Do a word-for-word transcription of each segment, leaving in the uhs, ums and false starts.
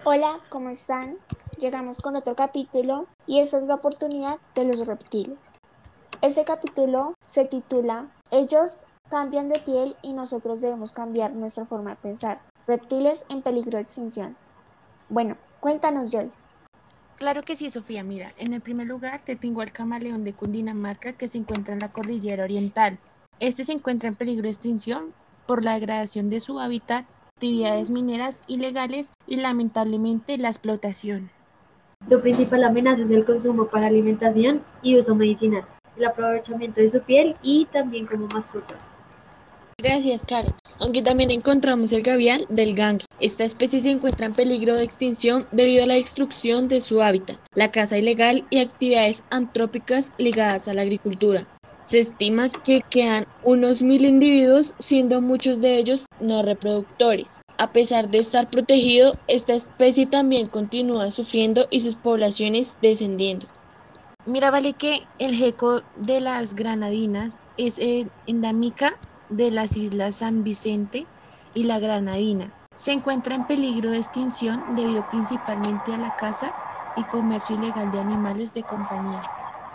Hola, ¿cómo están? Llegamos con otro capítulo y esta es la oportunidad de los reptiles. Este capítulo se titula Ellos cambian de piel y nosotros debemos cambiar nuestra forma de pensar. Reptiles en peligro de extinción. Bueno, cuéntanos, Joyce. Claro que sí, Sofía. Mira, en el primer lugar te tengo al camaleón de Cundinamarca que se encuentra en la cordillera oriental. Este se encuentra en peligro de extinción por la degradación de su hábitat, actividades mineras ilegales y lamentablemente la explotación. Su principal amenaza es el consumo para alimentación y uso medicinal, el aprovechamiento de su piel y también como mascota. Gracias, Karen. Aunque también encontramos el gavial del Ganges. Esta especie se encuentra en peligro de extinción debido a la destrucción de su hábitat, la caza ilegal y actividades antrópicas ligadas a la agricultura. Se estima que quedan unos mil individuos, siendo muchos de ellos no reproductores. A pesar de estar protegido, esta especie también continúa sufriendo y sus poblaciones descendiendo. Mira, vale que el geco de las Granadinas es eh, endémica de las islas San Vicente y la Granadina. Se encuentra en peligro de extinción debido principalmente a la caza y comercio ilegal de animales de compañía.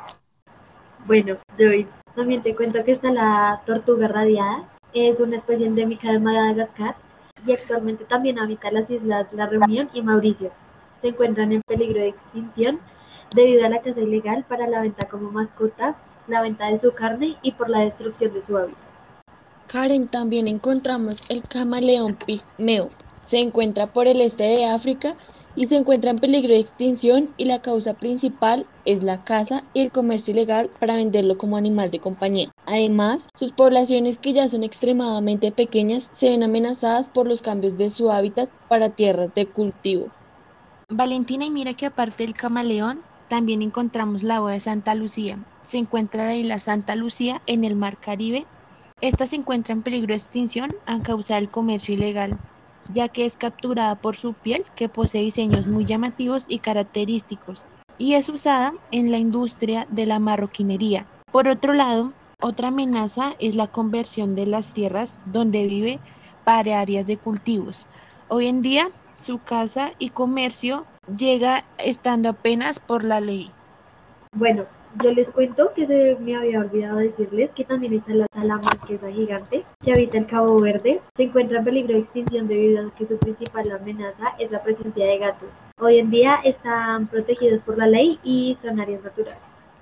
Bueno, Joyce, también te cuento que está la tortuga radiada, es una especie endémica de Madagascar y actualmente también habita las islas La Reunión y Mauricio. Se encuentran en peligro de extinción debido a la caza ilegal para la venta como mascota, la venta de su carne y por la destrucción de su hábitat. Karen, también encontramos el camaleón pigmeo. Se encuentra por el este de África y se encuentra en peligro de extinción y la causa principal es la caza y el comercio ilegal para venderlo como animal de compañía. Además, sus poblaciones que ya son extremadamente pequeñas se ven amenazadas por los cambios de su hábitat para tierras de cultivo. Valentina, y mira que aparte del camaleón, también encontramos la boa de Santa Lucía. Se encuentra la isla Santa Lucía en el Mar Caribe. Esta se encuentra en peligro de extinción a causa del comercio ilegal, ya que es capturada por su piel, que posee diseños muy llamativos y característicos, y es usada en la industria de la marroquinería. Por otro lado, otra amenaza es la conversión de las tierras donde vive para áreas de cultivos. Hoy en día, su casa y comercio llega estando apenas por la ley. Bueno, yo les cuento que se me había olvidado decirles que también está la salamanquesa gigante que habita en Cabo Verde. Se encuentra en peligro de extinción debido a que su principal amenaza es la presencia de gatos. Hoy en día están protegidos por la ley y son áreas naturales.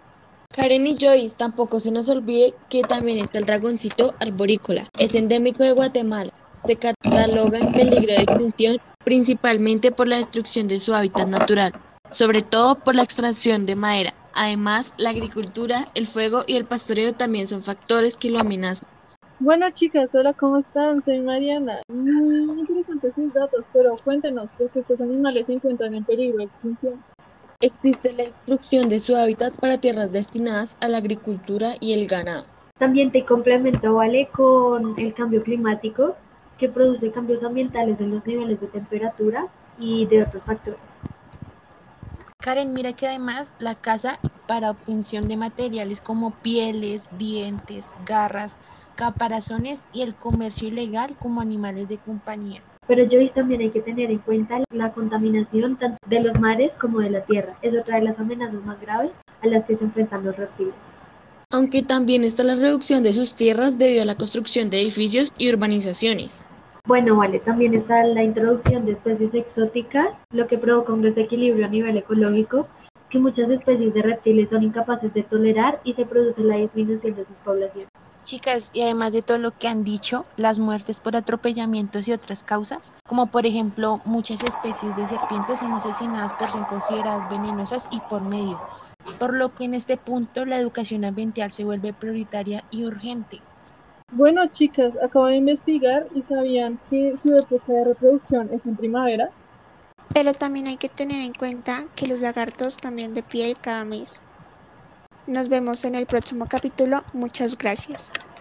Karen y Joyce, tampoco se nos olvide que también está el dragoncito arborícola. Es endémico de Guatemala. Se cataloga en peligro de extinción principalmente por la destrucción de su hábitat natural, sobre todo por la extracción de madera. Además, la agricultura, el fuego y el pastoreo también son factores que lo amenazan. Bueno, chicas, hola, ¿cómo están? Soy Mariana. Muy interesantes sus datos, pero cuéntenos, ¿por qué estos animales se encuentran en peligro de extinción? Existe la destrucción de su hábitat para tierras destinadas a la agricultura y el ganado. También te complemento, ¿vale? Con el cambio climático que produce cambios ambientales en los niveles de temperatura y de otros factores. Karen, mira que además la caza para obtención de materiales como pieles, dientes, garras, caparazones y el comercio ilegal como animales de compañía. Pero Joyce, también hay que tener en cuenta la contaminación tanto de los mares como de la tierra. Es otra de las amenazas más graves a las que se enfrentan los reptiles. Aunque también está la reducción de sus tierras debido a la construcción de edificios y urbanizaciones. Bueno, vale, también está la introducción de especies exóticas, lo que provoca un desequilibrio a nivel ecológico que muchas especies de reptiles son incapaces de tolerar y se produce la disminución de sus poblaciones. Chicas, y además de todo lo que han dicho, las muertes por atropellamientos y otras causas, como por ejemplo muchas especies de serpientes son asesinadas por ser consideradas venenosas y por medio, por lo que en este punto la educación ambiental se vuelve prioritaria y urgente. Bueno, chicas, acabo de investigar y sabían que su época de reproducción es en primavera. Pero también hay que tener en cuenta que los lagartos cambian de piel cada mes. Nos vemos en el próximo capítulo. Muchas gracias.